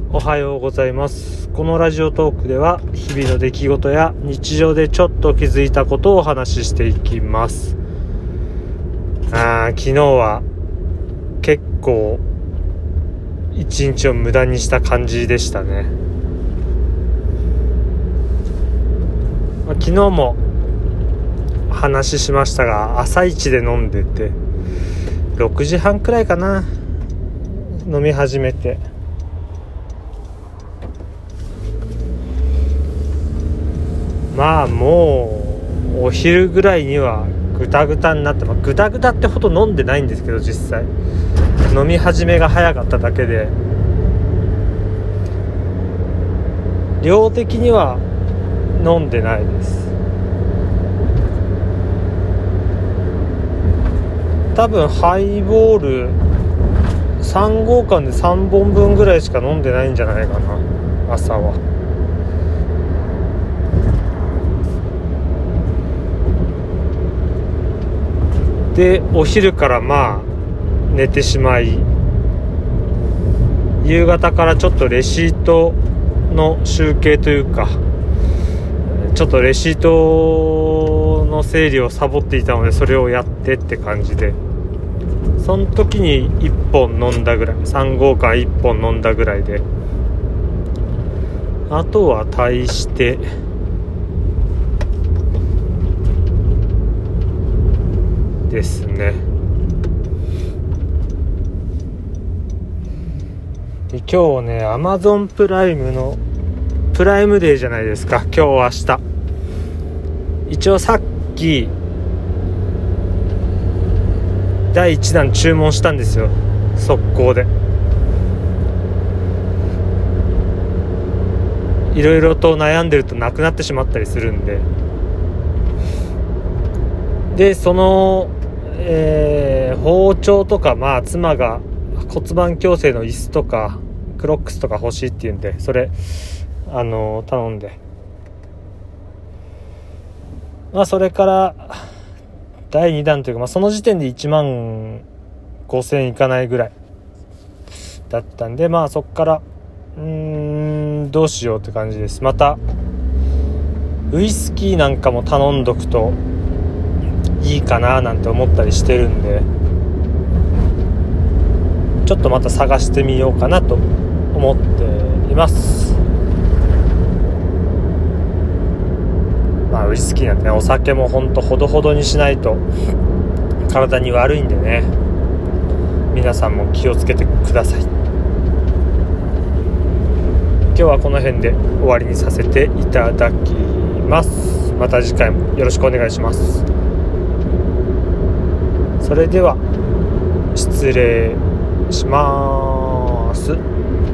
おはようございます。このラジオトークでは日々の出来事や日常でちょっと気づいたことをお話ししていきます。昨日は結構一日を無駄にした感じでしたね。昨日も話しましたが、朝一で飲んでて6時半くらいかな、飲み始めて、もうお昼ぐらいにはグダグダになって、グダグダってほど飲んでないんですけど、実際飲み始めが早かっただけで、量的には飲んでないです。多分ハイボール3号館で3本分ぐらいしか飲んでないんじゃないかな、朝は。でお昼から寝てしまい、夕方からちょっとレシートの集計というか、ちょっとレシートの整理をサボっていたので、それをやってって感じで、その時に1本飲んだぐらい、3号館1本飲んだぐらいで、あとは大してですね。で今日ね、Amazon プライムのプライムデーじゃないですか、今日明日。一応さっき第1弾注文したんですよ、速攻で。いろいろと悩んでるとなくなってしまったりするんで、その、包丁とか、妻が骨盤矯正の椅子とかクロックスとか欲しいっていうんで、それ頼んで、それから第2弾というか、その時点で1万5,000円いかないぐらいだったんで、そっからどうしようって感じです。またウイスキーなんかも頼んどくといいかななんて思ったりしてるんで、ちょっとまた探してみようかなと思っています。ウイスキーなんてね、お酒もほんとほどほどにしないと体に悪いんでね、皆さんも気をつけてください。今日はこの辺で終わりにさせていただきます。また次回もよろしくお願いします。それでは失礼します。